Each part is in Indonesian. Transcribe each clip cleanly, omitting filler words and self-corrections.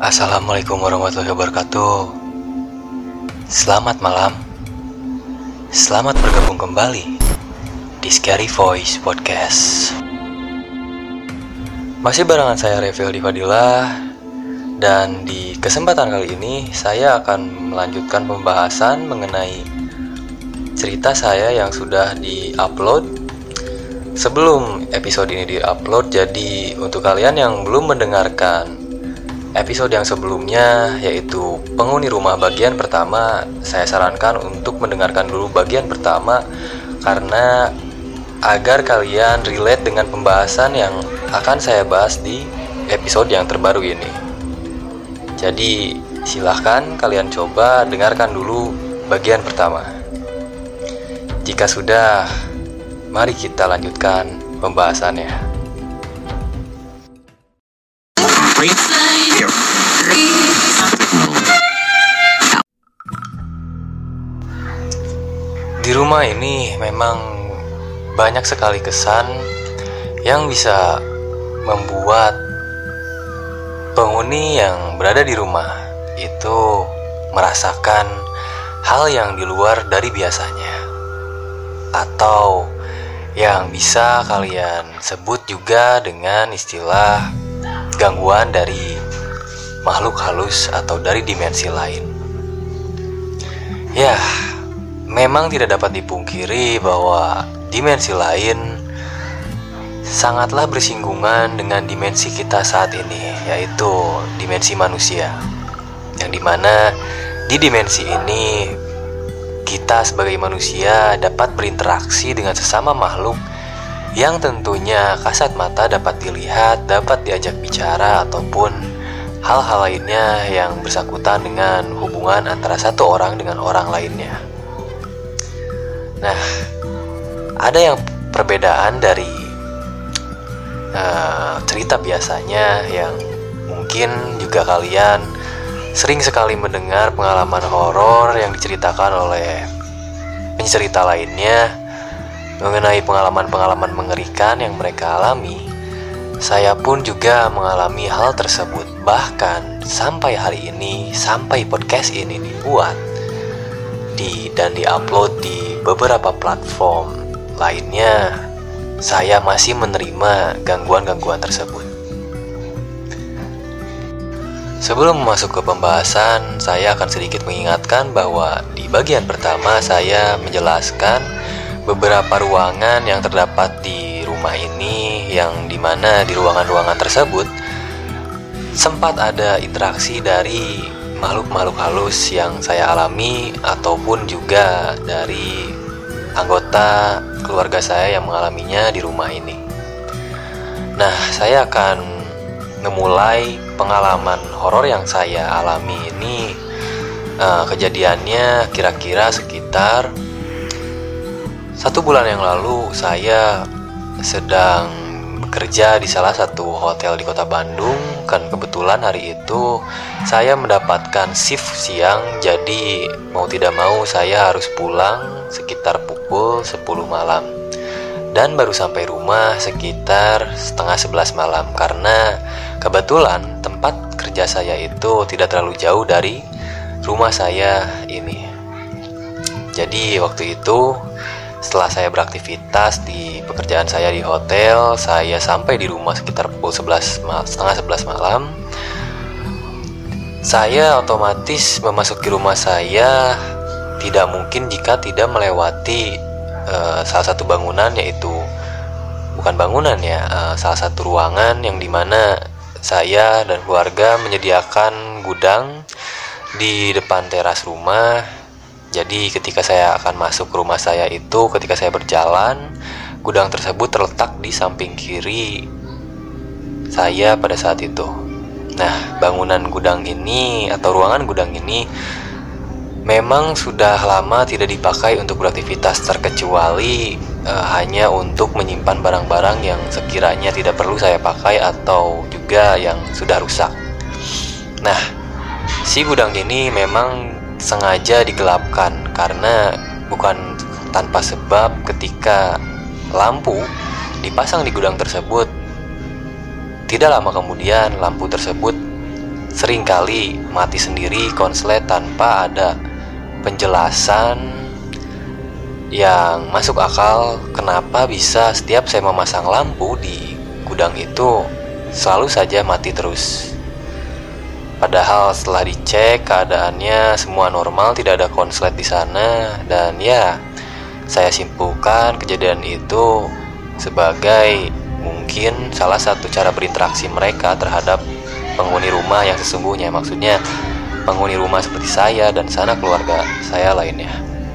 Assalamualaikum warahmatullahi wabarakatuh. Selamat malam. Selamat bergabung kembali di Scary Voice Podcast. Masih barengan saya Revel di Fadilah. Dan di kesempatan kali ini saya akan melanjutkan pembahasan mengenai cerita saya yang sudah di-upload sebelum episode ini di-upload. Jadi untuk kalian yang belum mendengarkan episode yang sebelumnya, yaitu penghuni rumah bagian pertama, saya sarankan untuk mendengarkan dulu bagian pertama karena agar kalian relate dengan pembahasan yang akan saya bahas di episode yang terbaru ini. Jadi silahkan kalian coba dengarkan dulu bagian pertama. Jika sudah, mari kita lanjutkan pembahasannya. Di rumah ini memang banyak sekali kesan yang bisa membuat penghuni yang berada di rumah itu merasakan hal yang di luar dari biasanya, atau yang bisa kalian sebut juga dengan istilah gangguan dari makhluk halus atau dari dimensi lain. Ya, memang tidak dapat dipungkiri bahwa dimensi lain sangatlah bersinggungan dengan dimensi kita saat ini, yaitu dimensi manusia. Yang dimana di dimensi ini kita sebagai manusia dapat berinteraksi dengan sesama makhluk yang tentunya kasat mata dapat dilihat, dapat diajak bicara, ataupun hal-hal lainnya yang bersangkutan dengan hubungan antara satu orang dengan orang lainnya. Nah, ada yang perbedaan dari cerita biasanya yang mungkin juga kalian sering sekali mendengar pengalaman horor yang diceritakan oleh pencerita lainnya mengenai pengalaman-pengalaman mengerikan yang mereka alami. Saya pun juga mengalami hal tersebut. Bahkan sampai hari ini, sampai podcast ini dibuat dan diupload di beberapa platform lainnya, saya masih menerima gangguan-gangguan tersebut. Sebelum masuk ke pembahasan, saya akan sedikit mengingatkan bahwa di bagian pertama saya menjelaskan beberapa ruangan yang terdapat di rumah ini, yang dimana di ruangan-ruangan tersebut sempat ada interaksi dari makhluk-makhluk halus yang saya alami, ataupun juga dari anggota keluarga saya yang mengalaminya di rumah ini. Nah, saya akan memulai pengalaman horor yang saya alami ini. Kejadiannya kira-kira sekitar 1 bulan yang lalu. Saya sedang bekerja di salah satu hotel di kota Bandung. Kan kebetulan hari itu saya mendapatkan shift siang, jadi mau tidak mau saya harus pulang sekitar pukul 10 malam. Dan baru sampai rumah sekitar setengah 11 malam, karena kebetulan tempat kerja saya itu tidak terlalu jauh dari rumah saya ini. Jadi waktu itu setelah saya beraktivitas di pekerjaan saya di hotel, saya sampai di rumah sekitar pukul setengah 11 malam. Saya otomatis memasuki rumah saya tidak mungkin jika tidak melewati salah satu bangunan, yaitu bukan bangunan ya, salah satu ruangan yang dimana saya dan keluarga menyediakan gudang di depan teras rumah. Jadi ketika saya akan masuk ke rumah saya itu, ketika saya berjalan, gudang tersebut terletak di samping kiri saya pada saat itu. Nah, bangunan gudang ini atau ruangan gudang ini memang sudah lama tidak dipakai untuk beraktivitas, terkecuali hanya untuk menyimpan barang-barang yang sekiranya tidak perlu saya pakai atau juga yang sudah rusak. Nah, si gudang ini memang sengaja digelapkan karena bukan tanpa sebab ketika lampu dipasang di gudang tersebut, tidak lama kemudian lampu tersebut seringkali mati sendiri konslet tanpa ada penjelasan yang masuk akal kenapa bisa setiap saya memasang lampu di gudang itu selalu saja mati terus. Padahal setelah dicek keadaannya semua normal, tidak ada konslet di sana, dan ya saya simpulkan kejadian itu sebagai mungkin salah satu cara berinteraksi mereka terhadap penghuni rumah yang sesungguhnya, maksudnya penghuni rumah seperti saya dan sanak keluarga saya lainnya.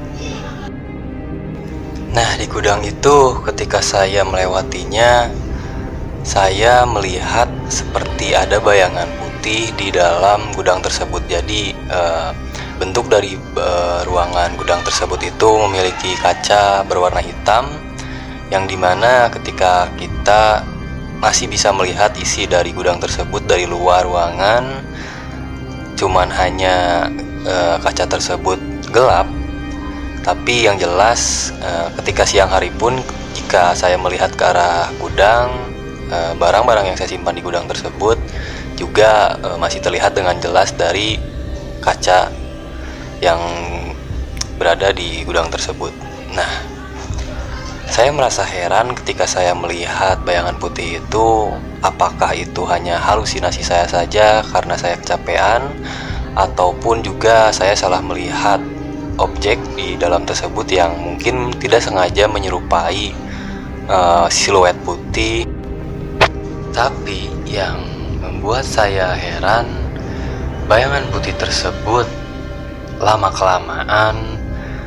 Nah, di gudang itu ketika saya melewatinya, saya melihat seperti ada bayangan putih di dalam gudang tersebut. Jadi bentuk dari ruangan gudang tersebut itu memiliki kaca berwarna hitam, yang dimana ketika kita masih bisa melihat isi dari gudang tersebut dari luar ruangan, cuman hanya kaca tersebut gelap. Tapi yang jelas ketika siang hari pun jika saya melihat ke arah gudang, barang-barang yang saya simpan di gudang tersebut juga masih terlihat dengan jelas dari kaca yang berada di gudang tersebut. Nah, saya merasa heran ketika saya melihat bayangan putih itu, apakah itu hanya halusinasi saya saja karena saya kecapean, ataupun juga saya salah melihat objek di dalam tersebut yang mungkin tidak sengaja menyerupai siluet putih. Tapi yang membuat saya heran, bayangan putih tersebut lama-kelamaan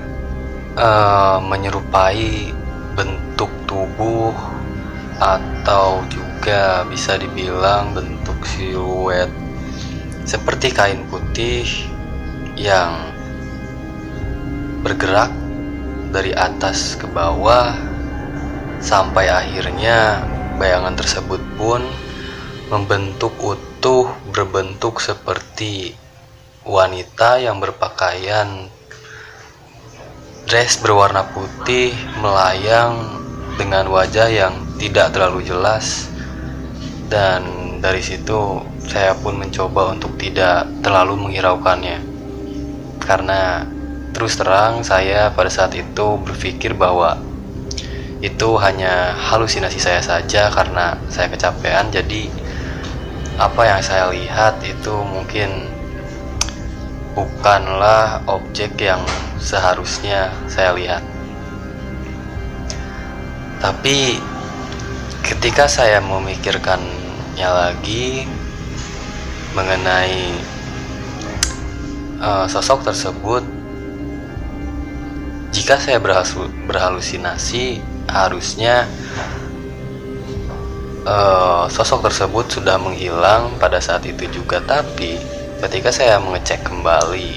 menyerupai bentuk tubuh atau juga bisa dibilang bentuk siluet seperti kain putih yang bergerak dari atas ke bawah, sampai akhirnya bayangan tersebut pun membentuk utuh, berbentuk seperti wanita yang berpakaian dress berwarna putih, melayang dengan wajah yang tidak terlalu jelas. Dan dari situ saya pun mencoba untuk tidak terlalu menghiraukannya, karena terus terang saya pada saat itu berpikir bahwa itu hanya halusinasi saya saja karena saya kecapean. Jadi apa yang saya lihat itu mungkin bukanlah objek yang seharusnya saya lihat. Tapi ketika saya memikirkannya lagi mengenai sosok tersebut, jika saya berhalusinasi, harusnya sosok tersebut sudah menghilang pada saat itu juga. Tapi ketika saya mengecek kembali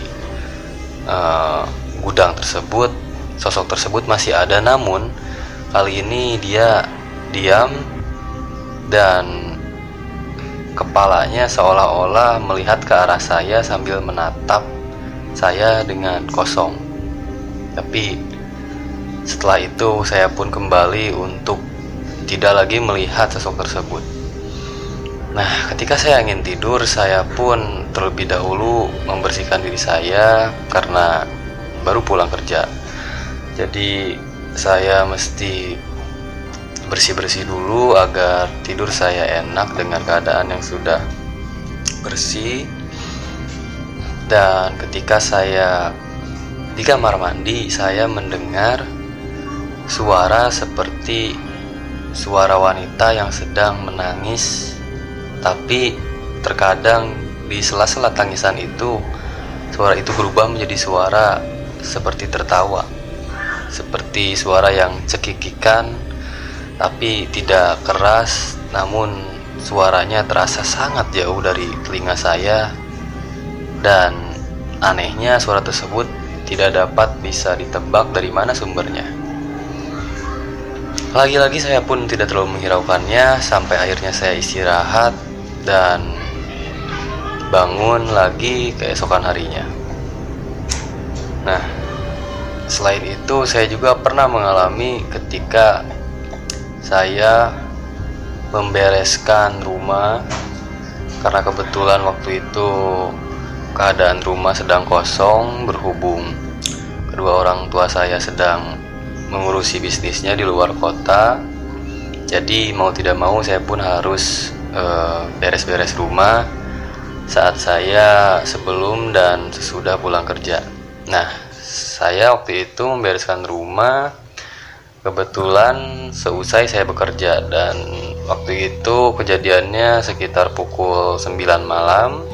gudang tersebut, sosok tersebut masih ada, namun kali ini dia diam dan kepalanya seolah-olah melihat ke arah saya sambil menatap saya dengan kosong. Tapi setelah itu saya pun kembali untuk tidak lagi melihat sosok tersebut. Nah, ketika saya ingin tidur, saya pun terlebih dahulu membersihkan diri saya karena baru pulang kerja. Jadi saya mesti bersih-bersih dulu agar tidur saya enak dengan keadaan yang sudah bersih. Dan ketika saya di kamar mandi, saya mendengar suara seperti suara wanita yang sedang menangis. Tapi terkadang di sela-sela tangisan itu, suara itu berubah menjadi suara seperti tertawa, seperti suara yang cekikikan, tapi tidak keras, namun suaranya terasa sangat jauh dari telinga saya. Dan anehnya suara tersebut tidak dapat bisa ditebak dari mana sumbernya. Lagi-lagi saya pun tidak terlalu menghiraukannya sampai akhirnya saya istirahat dan bangun lagi keesokan harinya. Nah, selain itu saya juga pernah mengalami ketika saya membereskan rumah karena kebetulan waktu itu keadaan rumah sedang kosong, berhubung kedua orang tua saya sedang mengurusi bisnisnya di luar kota. Jadi mau tidak mau saya pun harus beres-beres rumah saat saya sebelum dan sesudah pulang kerja. Nah, saya waktu itu membereskan rumah kebetulan seusai saya bekerja, dan waktu itu kejadiannya sekitar pukul 9 malam.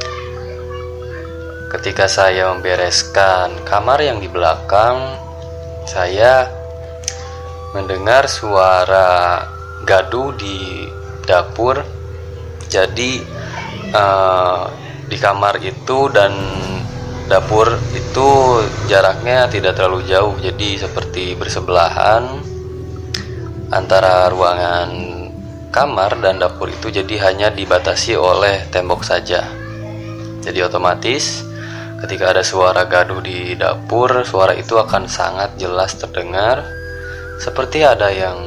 Ketika saya membereskan kamar yang di belakang, saya mendengar suara gaduh di dapur. Jadi di kamar itu dan dapur itu jaraknya tidak terlalu jauh, jadi seperti bersebelahan antara ruangan kamar dan dapur itu, jadi hanya dibatasi oleh tembok saja. Jadi otomatis ketika ada suara gaduh di dapur, suara itu akan sangat jelas terdengar, seperti ada yang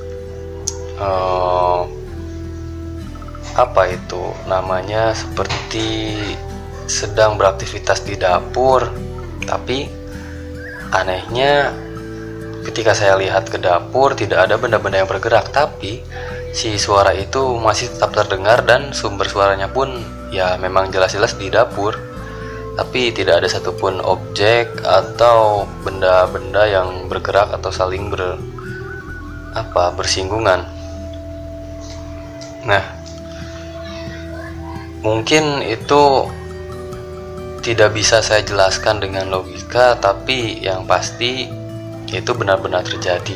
seperti sedang beraktivitas di dapur. Tapi anehnya ketika saya lihat ke dapur tidak ada benda-benda yang bergerak, tapi si suara itu masih tetap terdengar dan sumber suaranya pun ya memang jelas-jelas di dapur, tapi tidak ada satupun objek atau benda-benda yang bergerak atau saling bersinggungan. Nah, mungkin itu tidak bisa saya jelaskan dengan logika, tapi yang pasti itu benar-benar terjadi.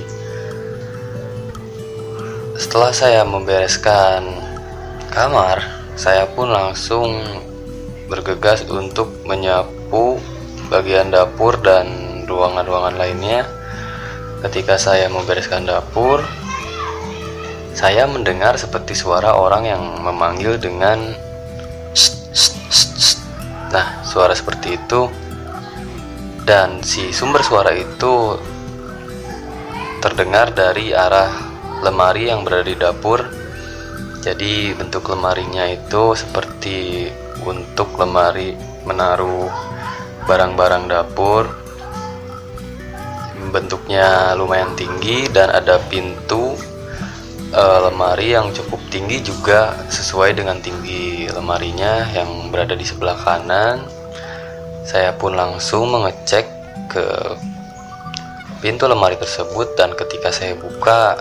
Setelah saya membereskan kamar, saya pun langsung bergegas untuk menyapu bagian dapur dan ruangan-ruangan lainnya. Ketika saya membereskan dapur, saya mendengar seperti suara orang yang memanggil dengan "Shh, shh, shh, shh." Nah, suara seperti itu, dan si sumber suara itu terdengar dari arah lemari yang berada di dapur. Jadi bentuk lemarinya itu seperti untuk lemari menaruh barang-barang dapur. Bentuknya lumayan tinggi dan ada pintu lemari yang cukup tinggi juga sesuai dengan tinggi lemarinya yang berada di sebelah kanan. Saya pun langsung mengecek ke pintu lemari tersebut, dan ketika saya buka,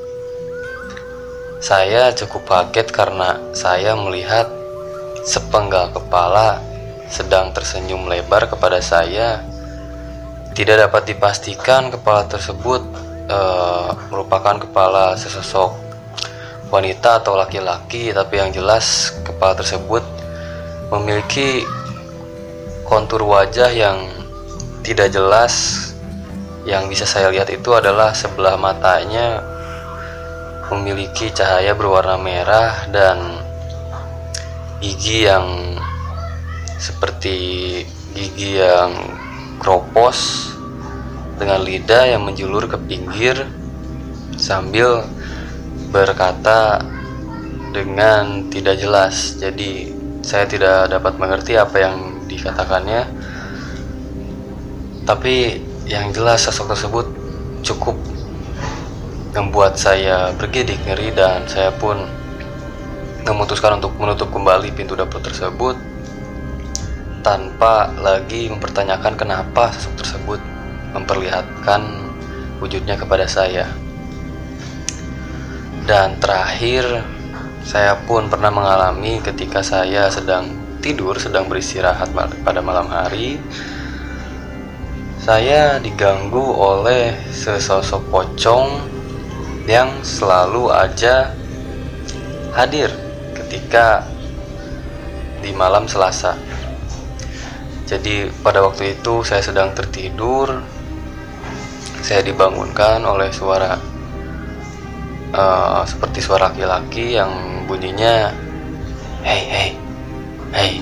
saya cukup kaget karena saya melihat sepenggal kepala sedang tersenyum lebar kepada saya. Tidak dapat dipastikan kepala tersebut merupakan kepala sesosok wanita atau laki-laki, tapi yang jelas kepala tersebut memiliki kontur wajah yang tidak jelas. Yang bisa saya lihat itu adalah sebelah matanya memiliki cahaya berwarna merah dan gigi yang seperti gigi yang kropos dengan lidah yang menjulur ke pinggir sambil berkata dengan tidak jelas. Jadi saya tidak dapat mengerti apa yang dikatakannya, tapi yang jelas sosok tersebut cukup membuat saya bergidik ngeri, dan saya pun memutuskan untuk menutup kembali pintu dapur tersebut tanpa lagi mempertanyakan kenapa sosok tersebut memperlihatkan wujudnya kepada saya. Dan terakhir, saya pun pernah mengalami ketika saya sedang tidur, sedang beristirahat pada malam hari, saya diganggu oleh sesosok pocong yang selalu aja hadir ketika di malam Selasa. Jadi pada waktu itu saya sedang tertidur, saya dibangunkan oleh suara seperti suara laki-laki yang bunyinya "Hei, hei, hei,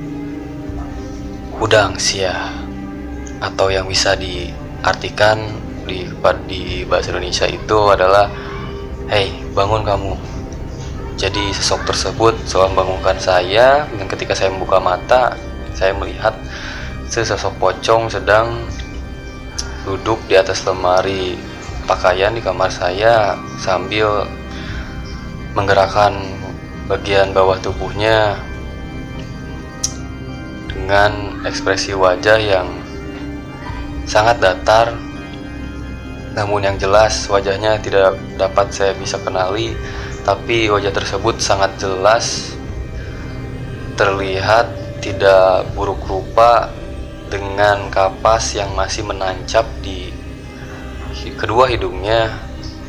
udang sia," atau yang bisa diartikan di bahasa Indonesia itu adalah "Hei, bangun kamu, Jadi sosok tersebut seolah membangunkan saya, dan ketika saya membuka mata, saya melihat sesosok pocong sedang duduk di atas lemari pakaian di kamar saya sambil menggerakkan bagian bawah tubuhnya dengan ekspresi wajah yang sangat datar, namun yang jelas wajahnya tidak dapat saya bisa kenali. Tapi wajah tersebut sangat jelas terlihat tidak buruk rupa, dengan kapas yang masih menancap di kedua hidungnya.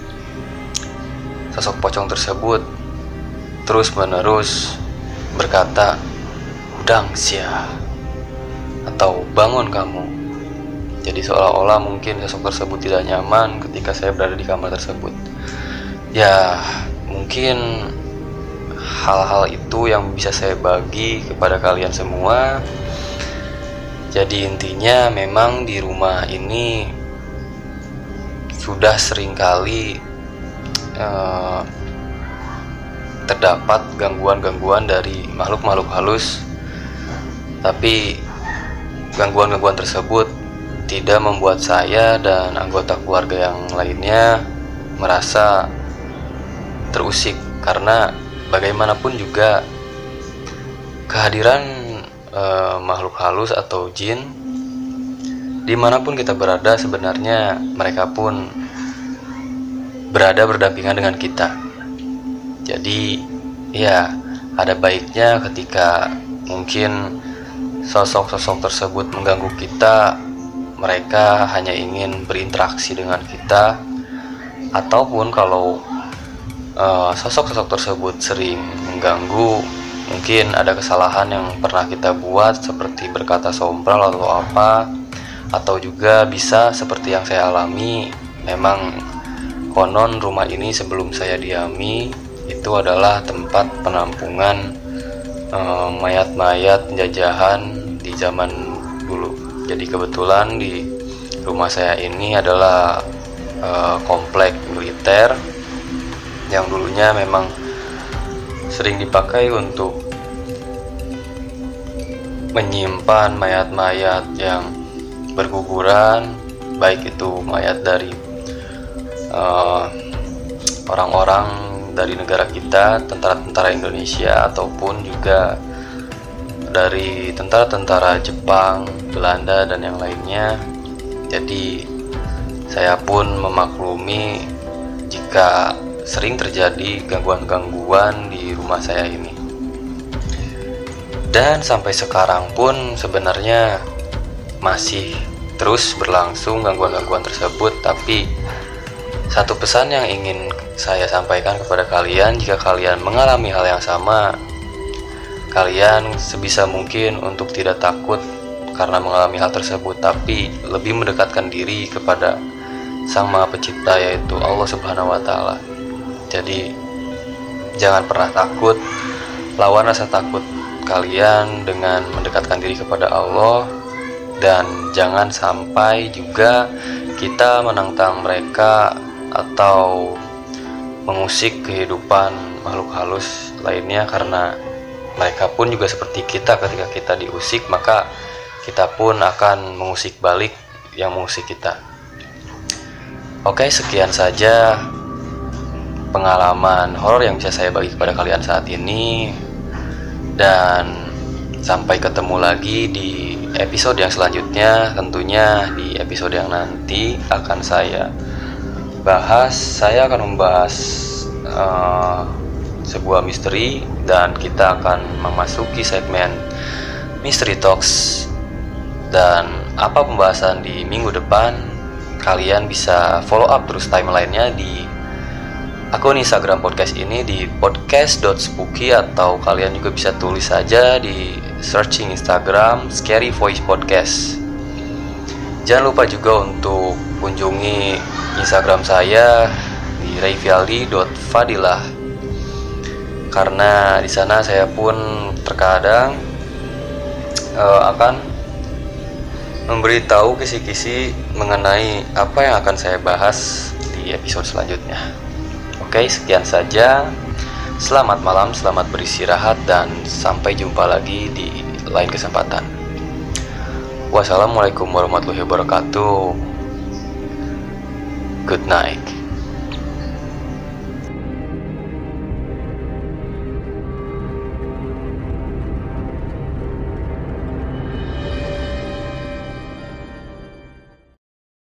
Sosok pocong tersebut terus menerus berkata, "Udang sia," atau "bangun kamu." Jadi seolah-olah mungkin sosok tersebut tidak nyaman ketika saya berada di kamar tersebut. Ya, mungkin hal-hal itu yang bisa saya bagi kepada kalian semua. Jadi intinya memang di rumah ini sudah seringkali terdapat gangguan-gangguan dari makhluk-makhluk halus. Tapi gangguan-gangguan tersebut tidak membuat saya dan anggota keluarga yang lainnya merasa terusik, karena bagaimanapun juga kehadiran makhluk halus atau jin dimanapun kita berada, sebenarnya mereka pun berada berdampingan dengan kita. Jadi ya, ada baiknya ketika mungkin sosok-sosok tersebut mengganggu kita, mereka hanya ingin berinteraksi dengan kita, ataupun kalau sosok-sosok tersebut sering mengganggu, mungkin ada kesalahan yang pernah kita buat seperti berkata sombral atau apa, atau juga bisa seperti yang saya alami. Memang konon rumah ini sebelum saya diami itu adalah tempat penampungan mayat-mayat penjajahan di zaman dulu. Jadi kebetulan di rumah saya ini adalah komplek militer yang dulunya memang sering dipakai untuk menyimpan mayat-mayat yang berguguran, baik itu mayat dari orang-orang dari negara kita, tentara-tentara Indonesia, ataupun juga dari tentara-tentara Jepang, Belanda, dan yang lainnya. Jadi saya pun memaklumi jika sering terjadi gangguan-gangguan di rumah saya ini. Dan sampai sekarang pun sebenarnya masih terus berlangsung gangguan-gangguan tersebut. Tapi satu pesan yang ingin saya sampaikan kepada kalian, jika kalian mengalami hal yang sama, kalian sebisa mungkin untuk tidak takut karena mengalami hal tersebut, tapi lebih mendekatkan diri kepada Sang Maha Pencipta, yaitu Allah Subhanahu wa Ta'ala. Jadi jangan pernah takut, lawan rasa takut kalian dengan mendekatkan diri kepada Allah. Dan jangan sampai juga kita menantang mereka atau mengusik kehidupan makhluk halus lainnya, karena mereka pun juga seperti kita. Ketika kita diusik, maka kita pun akan mengusik balik yang mengusik kita. Oke, sekian saja pengalaman horor yang bisa saya bagi kepada kalian saat ini, dan sampai ketemu lagi di episode yang selanjutnya. Tentunya di episode yang nanti akan saya bahas, saya akan membahas sebuah misteri, dan kita akan memasuki segmen Mystery Talks. Dan apa pembahasan di minggu depan, kalian bisa follow up terus timelinenya di akun Instagram podcast ini di podcast.spooky, atau kalian juga bisa tulis saja di searching Instagram Scary Voice Podcast. Jangan lupa juga untuk kunjungi Instagram saya di rayfialdi.fadilah, karena di sana saya pun terkadang akan memberitahu kisi-kisi mengenai apa yang akan saya bahas di episode selanjutnya. Oke, sekian saja. Selamat malam, selamat beristirahat, dan sampai jumpa lagi di lain kesempatan. Wassalamualaikum warahmatullahi wabarakatuh. Good night.